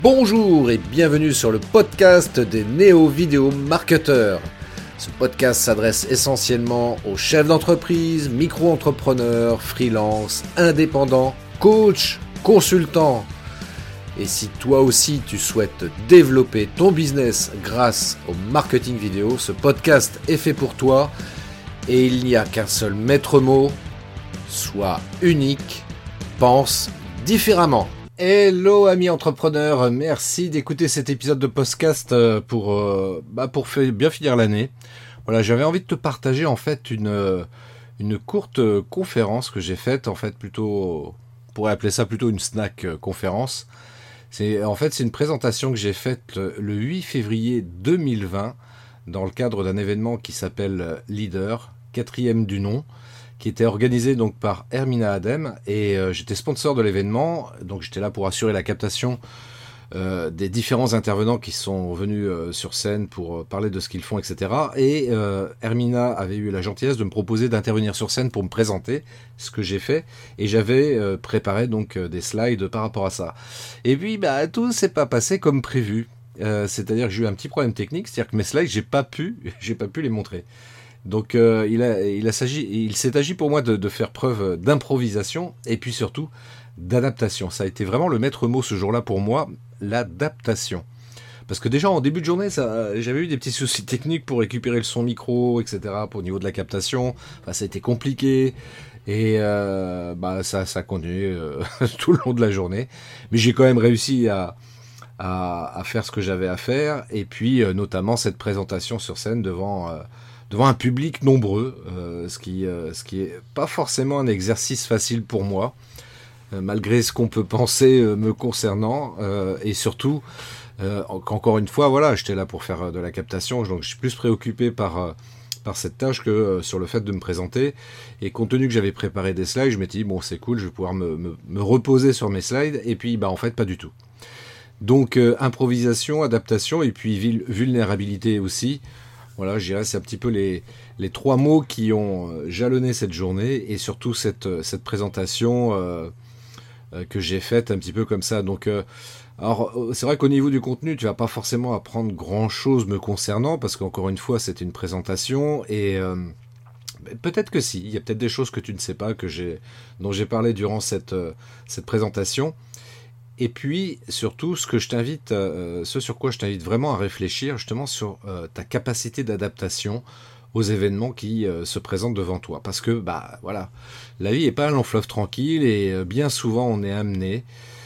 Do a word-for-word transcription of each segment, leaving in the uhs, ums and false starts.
Bonjour et bienvenue sur le podcast des néo-vidéo marketeurs. Ce podcast s'adresse essentiellement aux chefs d'entreprise, micro-entrepreneurs, freelance, indépendants, coachs, consultants. Et si toi aussi tu souhaites développer ton business grâce au marketing vidéo, ce podcast est fait pour toi et il n'y a qu'un seul maître mot, sois unique, pense différemment. Hello amis entrepreneurs, merci d'écouter cet épisode de podcast pour, euh, bah pour faire, bien finir l'année. Voilà, j'avais envie de te partager en fait une, une courte conférence que j'ai faite, en fait plutôt, on pourrait appeler ça plutôt une snack conférence. C'est, en fait c'est une présentation que j'ai faite le huit février deux mille vingt dans le cadre d'un événement qui s'appelle Leader, quatrième du nom, qui était organisé donc par Hermina Adem et euh, j'étais sponsor de l'événement, donc j'étais là pour assurer la captation euh, des différents intervenants qui sont venus euh, sur scène pour euh, parler de ce qu'ils font, et cetera. Et euh, Hermina avait eu la gentillesse de me proposer d'intervenir sur scène pour me présenter, ce que j'ai fait, et j'avais euh, préparé donc euh, des slides par rapport à ça. Et puis bah tout s'est pas passé comme prévu, euh, c'est-à-dire que j'ai eu un petit problème technique, c'est-à-dire que mes slides j'ai pas pu, j'ai pas pu les montrer. Donc euh, il, a, il, a s'agi, il s'est agi pour moi de, de faire preuve d'improvisation et puis surtout d'adaptation. Ça a été vraiment le maître mot ce jour-là pour moi, l'adaptation. Parce que déjà en début de journée, ça, j'avais eu des petits soucis techniques pour récupérer le son micro, et cetera. Pour, au niveau de la captation, enfin, ça a été compliqué et euh, bah, ça, ça a continué euh, tout le long de la journée. Mais j'ai quand même réussi à, à, à faire ce que j'avais à faire et puis euh, notamment cette présentation sur scène devant... Euh, devant un public nombreux, euh, ce qui euh, ce qui est pas forcément un exercice facile pour moi, euh, malgré ce qu'on peut penser euh, me concernant, euh, et surtout euh, qu'encore une fois, voilà, j'étais là pour faire de la captation, donc je suis plus préoccupé par euh, par cette tâche que euh, sur le fait de me présenter. Et compte tenu que j'avais préparé des slides, je m'étais dit bon c'est cool, je vais pouvoir me, me, me reposer sur mes slides, et puis bah en fait pas du tout. Donc euh, improvisation, adaptation, et puis vul- vulnérabilité aussi. Voilà, je dirais c'est un petit peu les, les trois mots qui ont jalonné cette journée et surtout cette, cette présentation euh, euh, que j'ai faite un petit peu comme ça. Donc, euh, alors c'est vrai qu'au niveau du contenu, tu vas pas forcément apprendre grand-chose me concernant parce qu'encore une fois, c'est une présentation et euh, peut-être que si, il y a peut-être des choses que tu ne sais pas que j'ai, dont j'ai parlé durant cette, euh, cette présentation. Et puis, surtout, ce que je t'invite, euh, ce sur quoi je t'invite vraiment à réfléchir, justement, sur euh, ta capacité d'adaptation aux événements qui euh, se présentent devant toi. Parce que, bah, voilà, la vie n'est pas un long fleuve tranquille et euh, bien souvent, on est amené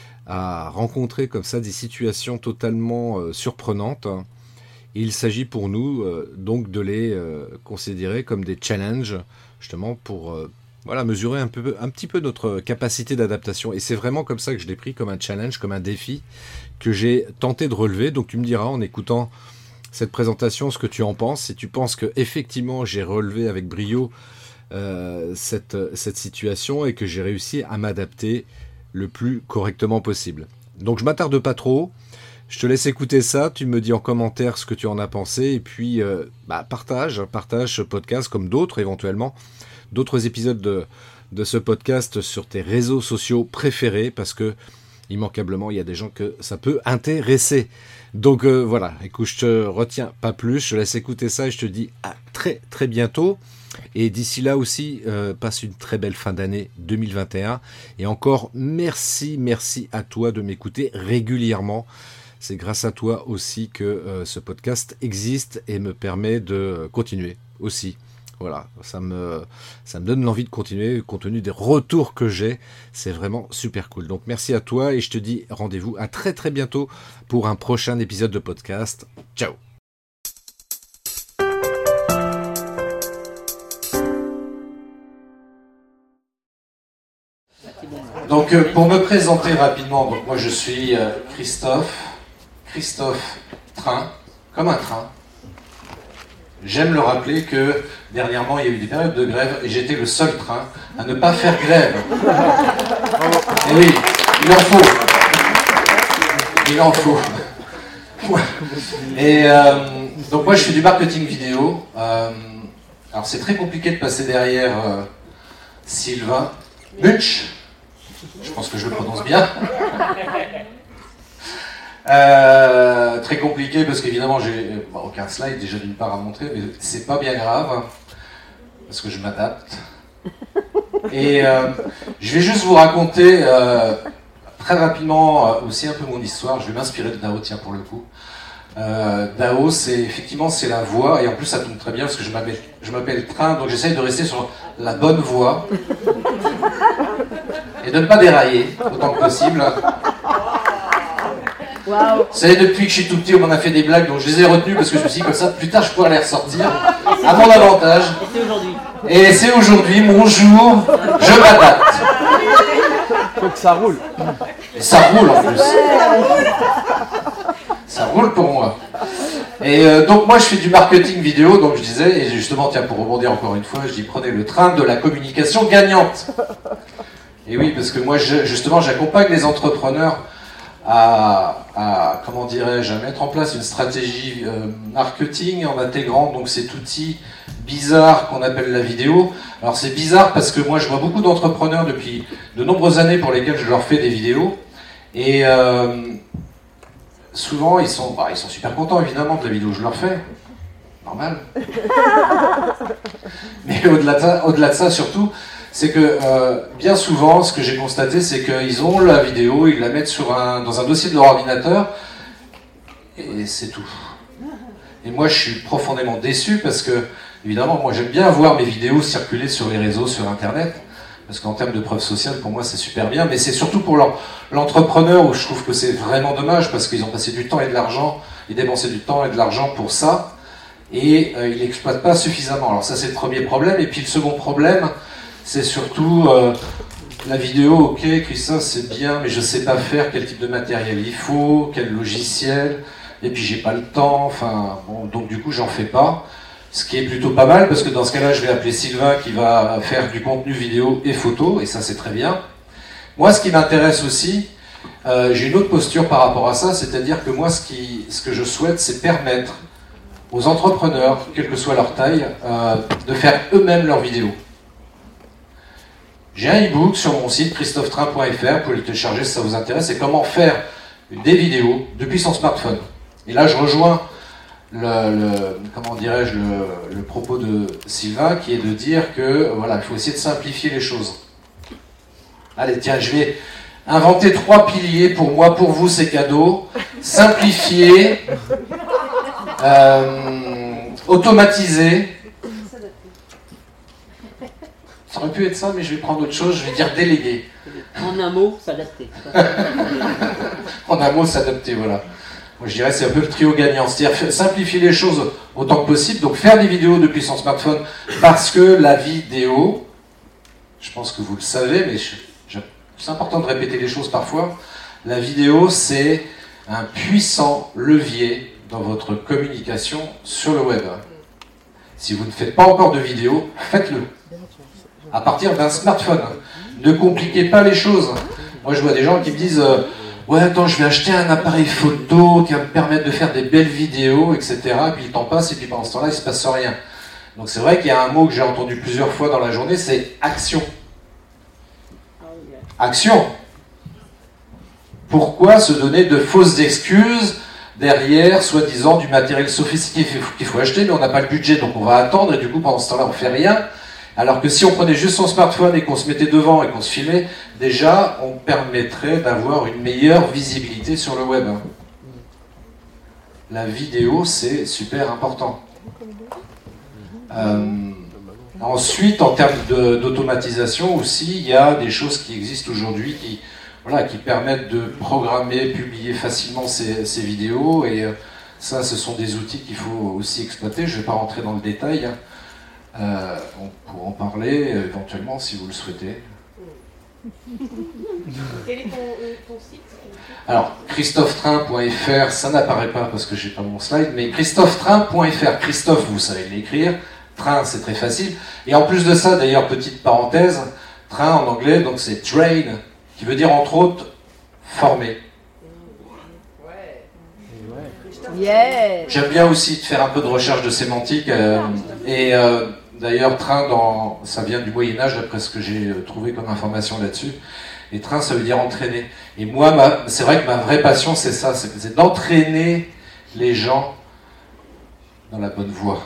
à rencontrer comme ça des situations totalement euh, surprenantes. Et il s'agit pour nous, euh, donc, de les euh, considérer comme des challenges, justement, pour... Euh, Voilà, mesurer un peu, un petit peu notre capacité d'adaptation. Et c'est vraiment comme ça que je l'ai pris, comme un challenge, comme un défi que j'ai tenté de relever. Donc tu me diras en écoutant cette présentation ce que tu en penses. Si tu penses que effectivement j'ai relevé avec brio euh, cette, cette situation et que j'ai réussi à m'adapter le plus correctement possible. Donc je m'attarde pas trop. Je te laisse écouter ça, tu me dis en commentaire ce que tu en as pensé et puis euh, bah, partage, partage ce podcast comme d'autres éventuellement. D'autres épisodes de, de ce podcast sur tes réseaux sociaux préférés parce que immanquablement il y a des gens que ça peut intéresser. Donc euh, voilà, écoute, je te retiens pas plus, je te laisse écouter ça et je te dis à très très bientôt. Et d'ici là aussi, euh, passe une très belle fin d'année deux mille vingt et un. Et encore merci, merci à toi de m'écouter régulièrement. C'est grâce à toi aussi que euh, ce podcast existe et me permet de continuer aussi. Voilà, ça me, ça me donne l'envie de continuer compte tenu des retours que j'ai. C'est vraiment super cool. Donc merci à toi et je te dis rendez-vous à très très bientôt pour un prochain épisode de podcast. Ciao. Donc euh, pour me présenter rapidement, donc moi je suis euh, Christophe, Christophe Train, comme un train. J'aime le rappeler que dernièrement il y a eu des périodes de grève et j'étais le seul train à ne pas faire grève. Et oui, il en faut. Il en faut. Et euh, donc moi je fais du marketing vidéo. Euh, alors c'est très compliqué de passer derrière euh, Sylvain Munch. Je pense que je le prononce bien. Euh, très compliqué parce qu'évidemment j'ai bah, aucun slide déjà d'une part à montrer, mais c'est pas bien grave parce que je m'adapte. Et euh, je vais juste vous raconter euh, très rapidement euh, aussi un peu mon histoire. Je vais m'inspirer de Dao, tiens, pour le coup. Euh, Dao, c'est effectivement c'est la voie, et en plus ça tombe très bien parce que je m'appelle je m'appelle Train, donc j'essaye de rester sur la bonne voie et de ne pas dérailler autant que possible. Wow. Vous savez, depuis que je suis tout petit, on m'en a fait des blagues, donc je les ai retenues parce que je me suis dit comme ça, plus tard je pourrais les ressortir à mon avantage. Et c'est aujourd'hui. Et c'est aujourd'hui mon jour, je m'adapte. Faut que ça roule. Et ça roule en plus. Ça roule pour moi. Et euh, donc moi je fais du marketing vidéo, donc je disais, et justement, tiens, pour rebondir encore une fois, je dis prenez le train de la communication gagnante. Et oui, parce que moi je, justement j'accompagne les entrepreneurs à, à comment dirais-je, à mettre en place une stratégie euh, marketing en intégrant donc cet outil bizarre qu'on appelle la vidéo. Alors c'est bizarre parce que moi je vois beaucoup d'entrepreneurs depuis de nombreuses années pour lesquels je leur fais des vidéos, et euh, souvent ils sont, bah, ils sont super contents évidemment de la vidéo que je leur fais, normal. Mais au-delà de ça, au-delà de ça surtout, c'est que euh, bien souvent, ce que j'ai constaté, c'est qu'ils ont la vidéo, ils la mettent sur un, dans un dossier de leur ordinateur, et c'est tout. Et moi, je suis profondément déçu parce que, évidemment, moi, j'aime bien voir mes vidéos circuler sur les réseaux, sur Internet, parce qu'en termes de preuve sociale, pour moi, c'est super bien, mais c'est surtout pour leur, l'entrepreneur où je trouve que c'est vraiment dommage parce qu'ils ont passé du temps et de l'argent, ils dépensaient du temps et de l'argent pour ça, et euh, ils l'exploitent pas suffisamment. Alors ça, c'est le premier problème. Et puis le second problème, c'est surtout euh, la vidéo. Ok, Christophe, c'est bien, mais je sais pas faire quel type de matériel il faut, quel logiciel, et puis j'ai pas le temps. Enfin, bon, donc du coup, j'en fais pas. Ce qui est plutôt pas mal, parce que dans ce cas-là, je vais appeler Sylvain qui va faire du contenu vidéo et photo, et ça, c'est très bien. Moi, ce qui m'intéresse aussi, euh, j'ai une autre posture par rapport à ça, c'est-à-dire que moi, ce, qui, ce que je souhaite, c'est permettre aux entrepreneurs, quelle que soit leur taille, euh, de faire eux-mêmes leurs vidéos. J'ai un e-book sur mon site christophe train point f r, vous pouvez le télécharger si ça vous intéresse, c'est comment faire des vidéos depuis son smartphone. Et là, je rejoins le, le comment dirais-je, le, le propos de Sylvain, qui est de dire que voilà, il faut essayer de simplifier les choses. Allez, tiens, je vais inventer trois piliers pour moi, pour vous, c'est cadeau. Simplifier, euh, automatiser. Ça aurait pu être ça, mais je vais prendre autre chose, je vais dire déléguer. En un mot, s'adapter. En un mot, s'adapter, voilà. Moi, je dirais c'est un peu le trio gagnant, c'est-à-dire simplifier les choses autant que possible, donc faire des vidéos depuis son smartphone, parce que la vidéo, je pense que vous le savez, mais je, je, c'est important de répéter les choses parfois, la vidéo, c'est un puissant levier dans votre communication sur le web. Si vous ne faites pas encore de vidéo, faites-le. À partir d'un smartphone. Ne compliquez pas les choses. Moi, je vois des gens qui me disent euh, « Ouais, attends, je vais acheter un appareil photo qui va me permettre de faire des belles vidéos, et cetera » Et puis le temps passe, et puis pendant ce temps-là, il ne se passe rien. Donc c'est vrai qu'il y a un mot que j'ai entendu plusieurs fois dans la journée, c'est « action ». Action. Pourquoi se donner de fausses excuses derrière, soi-disant, du matériel sophistiqué qu'il faut acheter, mais on n'a pas le budget, donc on va attendre, et du coup, pendant ce temps-là, on ne fait rien. Alors que si on prenait juste son smartphone et qu'on se mettait devant et qu'on se filmait, déjà, on permettrait d'avoir une meilleure visibilité sur le web. La vidéo, c'est super important. Euh, ensuite, en termes de, d'automatisation aussi, il y a des choses qui existent aujourd'hui qui, voilà, qui permettent de programmer, publier facilement ces, ces vidéos. Et ça, ce sont des outils qu'il faut aussi exploiter. Je ne vais pas rentrer dans le détail. Euh, on pourra en parler euh, éventuellement si vous le souhaitez. Quel est ton, euh, ton site? Alors, christophe train point f r, ça n'apparaît pas parce que j'ai pas mon slide, mais christophe train point f r, Christophe, vous savez l'écrire, train c'est très facile, et en plus de ça, d'ailleurs, petite parenthèse, train en anglais, donc c'est train, qui veut dire entre autres former. Yeah. J'aime bien aussi de faire un peu de recherche de sémantique, euh, et euh, d'ailleurs, train, dans, ça vient du Moyen-Âge, d'après ce que j'ai trouvé comme information là-dessus. Et train, ça veut dire entraîner. Et moi, ma, c'est vrai que ma vraie passion, c'est ça, c'est, c'est d'entraîner les gens dans la bonne voie.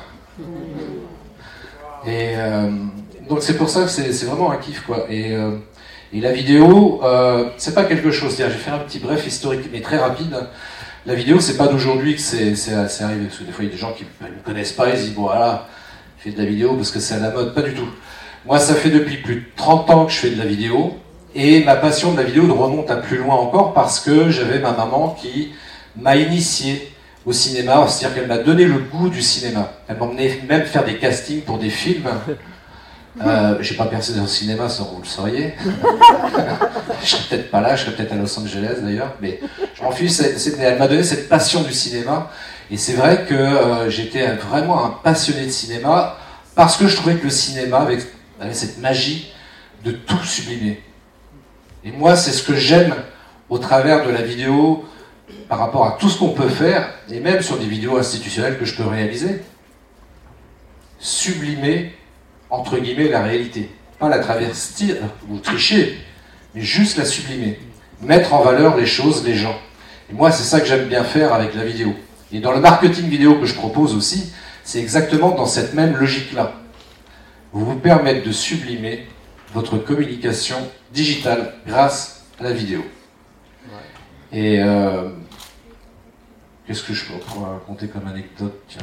Et euh, donc c'est pour ça que c'est, c'est vraiment un kiff, quoi. Et, euh, et la vidéo, euh, c'est pas quelque chose. C'est-à-dire, j'ai fait un petit bref historique, mais très rapide. La vidéo, c'est pas d'aujourd'hui que c'est, c'est, c'est arrivé, parce que des fois, il y a des gens qui ne connaissent pas, ils se disent, bon, voilà, je fais de la vidéo parce que c'est à la mode. Pas du tout. Moi, ça fait depuis plus de trente ans que je fais de la vidéo, et ma passion de la vidéo remonte à plus loin encore, parce que j'avais ma maman qui m'a initié au cinéma, c'est-à-dire qu'elle m'a donné le goût du cinéma. Elle m'emmenait même faire des castings pour des films. Euh, j'ai pas percé dans le cinéma, ça vous le sauriez. Je serais peut-être pas là, je serais peut-être à Los Angeles d'ailleurs, mais je m'en fiche, c'est, c'est, elle m'a donné cette passion du cinéma, et c'est vrai que euh, j'étais vraiment un passionné de cinéma, parce que je trouvais que le cinéma avait, avait cette magie de tout sublimer. Et moi, c'est ce que j'aime au travers de la vidéo, par rapport à tout ce qu'on peut faire, et même sur des vidéos institutionnelles que je peux réaliser. Sublimer, entre guillemets, la réalité. Pas la travestir ou tricher, mais juste la sublimer. Mettre en valeur les choses, les gens. Et moi, c'est ça que j'aime bien faire avec la vidéo. Et dans le marketing vidéo que je propose aussi, c'est exactement dans cette même logique-là. Vous vous permettez de sublimer votre communication digitale grâce à la vidéo. Et euh, qu'est-ce que je peux raconter comme anecdote, tiens.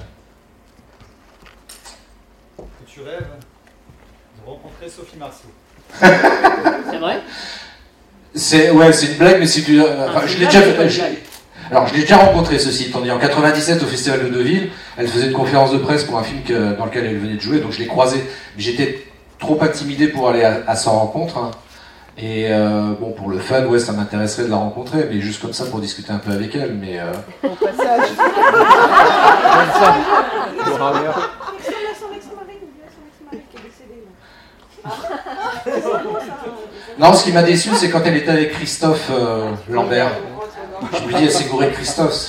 Tu rêves de rencontrer Sophie Marceau. C'est vrai? C'est, ouais, c'est une blague, mais c'est du, euh, enfin, Ah, je l'ai déjà fait. Je, alors, je l'ai déjà rencontrée, ceci étant dit, en quatre-vingt-dix-sept au Festival de Deauville. Elle faisait une conférence de presse pour un film que, dans lequel elle venait de jouer, donc je l'ai croisée. J'étais trop intimidé pour aller à, à sa rencontre. Hein. Et euh, bon, pour le fun, ouais, ça m'intéresserait de la rencontrer, mais juste comme ça pour discuter un peu avec elle. Mais euh... Au passage. Non, ce qui m'a déçu, c'est quand elle était avec Christophe euh, Lambert. Je me dis, elle s'est gourée de Christophe.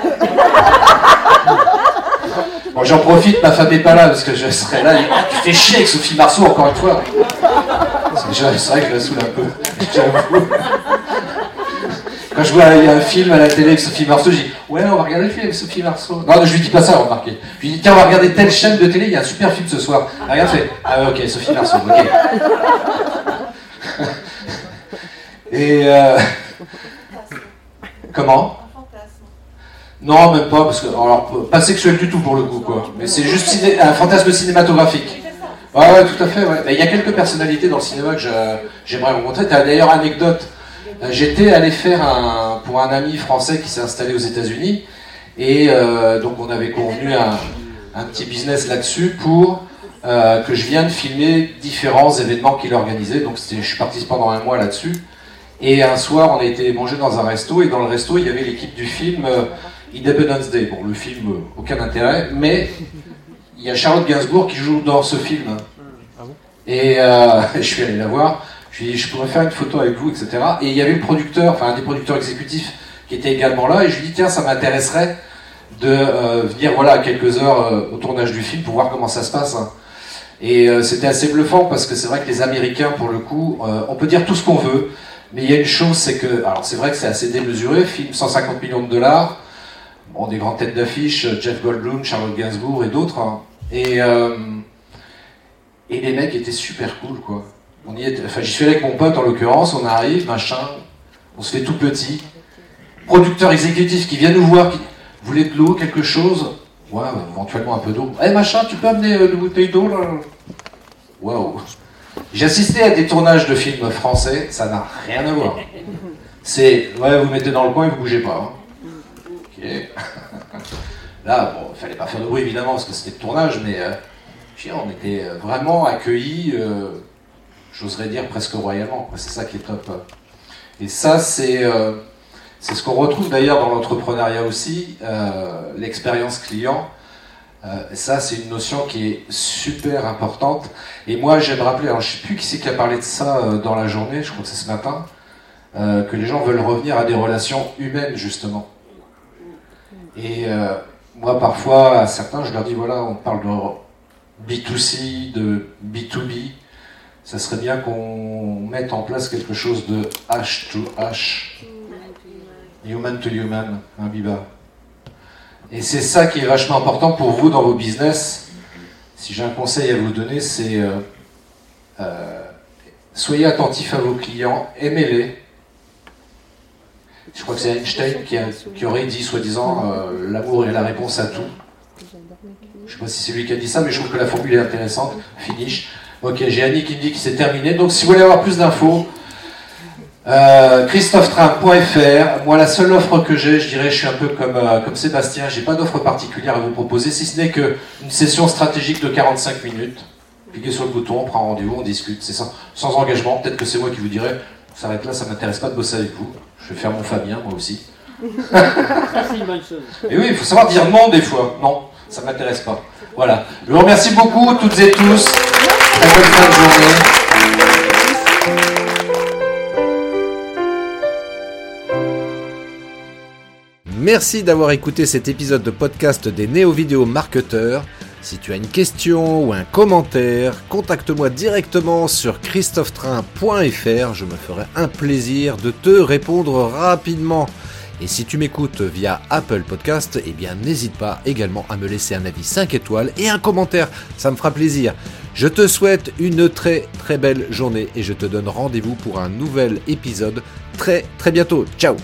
Bon, j'en profite, ma femme n'est pas là, parce que je serais là. Et, oh, tu fais chier avec Sophie Marceau, encore une fois. C'est, c'est vrai que je la saoule un peu, j'avoue. Quand je vois il y a un film à la télé avec Sophie Marceau, je dis ouais, on va regarder le film avec Sophie Marceau. Non, je lui dis pas ça, remarquez. Je lui dis tiens, on va regarder telle chaîne de télé, il y a un super film ce soir. Ah, regarde, fait ah, ok, Sophie Marceau, ok. Et euh... comment? Non, même pas, parce que alors pas sexuel du tout pour le coup, quoi. Mais c'est juste ciné... un fantasme cinématographique. Ouais, ouais, tout à fait. Ouais. Il y a quelques personnalités dans le cinéma que je... j'aimerais rencontrer. T'as d'ailleurs anecdote. J'étais allé faire un, pour un ami français qui s'est installé aux États-Unis, et euh, donc on avait convenu un, un petit business là-dessus pour euh, que je vienne filmer différents événements qu'il organisait. Donc je suis parti pendant un mois là-dessus. Et un soir, on a été manger dans un resto, et dans le resto, il y avait l'équipe du film euh, Independence Day. Bon, le film, euh, aucun intérêt, mais il y a Charlotte Gainsbourg qui joue dans ce film. Et euh, je suis allé la voir. Je lui ai dit, je pourrais faire une photo avec vous, et cetera. Et il y avait le producteur, enfin un des producteurs exécutifs qui était également là, et je lui ai dit, tiens, ça m'intéresserait de euh, venir voilà, à quelques heures euh, au tournage du film pour voir comment ça se passe. Hein. Et euh, c'était assez bluffant, parce que c'est vrai que les Américains, pour le coup, euh, on peut dire tout ce qu'on veut, mais il y a une chose, c'est que, alors c'est vrai que c'est assez démesuré, film cent cinquante millions de dollars, bon, des grandes têtes d'affiche, Jeff Goldblum, Charlotte Gainsbourg et d'autres, hein. et, euh, et les mecs étaient super cool, quoi. On y est, enfin, j'y suis allé avec mon pote en l'occurrence, on arrive, machin, on se fait tout petit. Producteur exécutif qui vient nous voir, qui vous voulez de l'eau, quelque chose? Ouais, éventuellement un peu d'eau. Eh machin, tu peux amener euh, une bouteille d'eau là? Waouh! J'ai assisté à des tournages de films français, ça n'a rien à voir. C'est, ouais, vous mettez dans le coin et vous bougez pas. Hein. Ok. Là, bon, il fallait pas faire de bruit évidemment parce que c'était le tournage, mais euh, on était vraiment accueillis. Euh, J'oserais dire presque royalement, c'est ça qui est top. Et ça, c'est, euh, c'est ce qu'on retrouve d'ailleurs dans l'entrepreneuriat aussi, euh, l'expérience client. Euh, ça, c'est une notion qui est super importante. Et moi, j'aime rappeler, alors je ne sais plus qui c'est qui a parlé de ça euh, dans la journée, je crois que c'est ce matin, euh, que les gens veulent revenir à des relations humaines, justement. Et euh, moi, parfois, à certains, je leur dis, voilà, on parle de B deux C, de B deux B. ça serait bien qu'on mette en place quelque chose de H to H, human to human, hein, Biba. Et c'est ça qui est vachement important pour vous dans vos business. Si j'ai un conseil à vous donner, c'est euh, euh, soyez attentifs à vos clients, aimez-les. Je crois que c'est Einstein qui, a, qui aurait dit, soi-disant, euh, l'amour est la réponse à tout. Je ne sais pas si c'est lui qui a dit ça, mais je trouve que la formule est intéressante. Finish. Ok, j'ai Annie qui me dit que c'est terminé. Donc si vous voulez avoir plus d'infos, euh, christophe train point f r. Moi, la seule offre que j'ai, je dirais, je suis un peu comme, euh, comme Sébastien, j'ai pas d'offre particulière à vous proposer, si ce n'est qu'une session stratégique de quarante-cinq minutes. Cliquez sur le bouton, on prend rendez-vous, on discute. C'est sans, sans engagement. Peut-être que c'est moi qui vous dirai, on s'arrête là, ça m'intéresse pas de bosser avec vous. Je vais faire mon Fabien, moi aussi. Ça, c'est une bonne chose. Et oui, il faut savoir dire non des fois. Non, ça ne m'intéresse pas. Voilà. Je vous remercie beaucoup, toutes et tous. Très bonne fin de journée. Merci d'avoir écouté cet épisode de podcast des Néo-Vidéo Marketeurs. Si tu as une question ou un commentaire, contacte-moi directement sur christophe train point f r. Je me ferai un plaisir de te répondre rapidement. Et si tu m'écoutes via Apple Podcast, eh bien n'hésite pas également à me laisser un avis cinq étoiles et un commentaire, ça me fera plaisir. Je te souhaite une très très belle journée et je te donne rendez-vous pour un nouvel épisode très très bientôt. Ciao!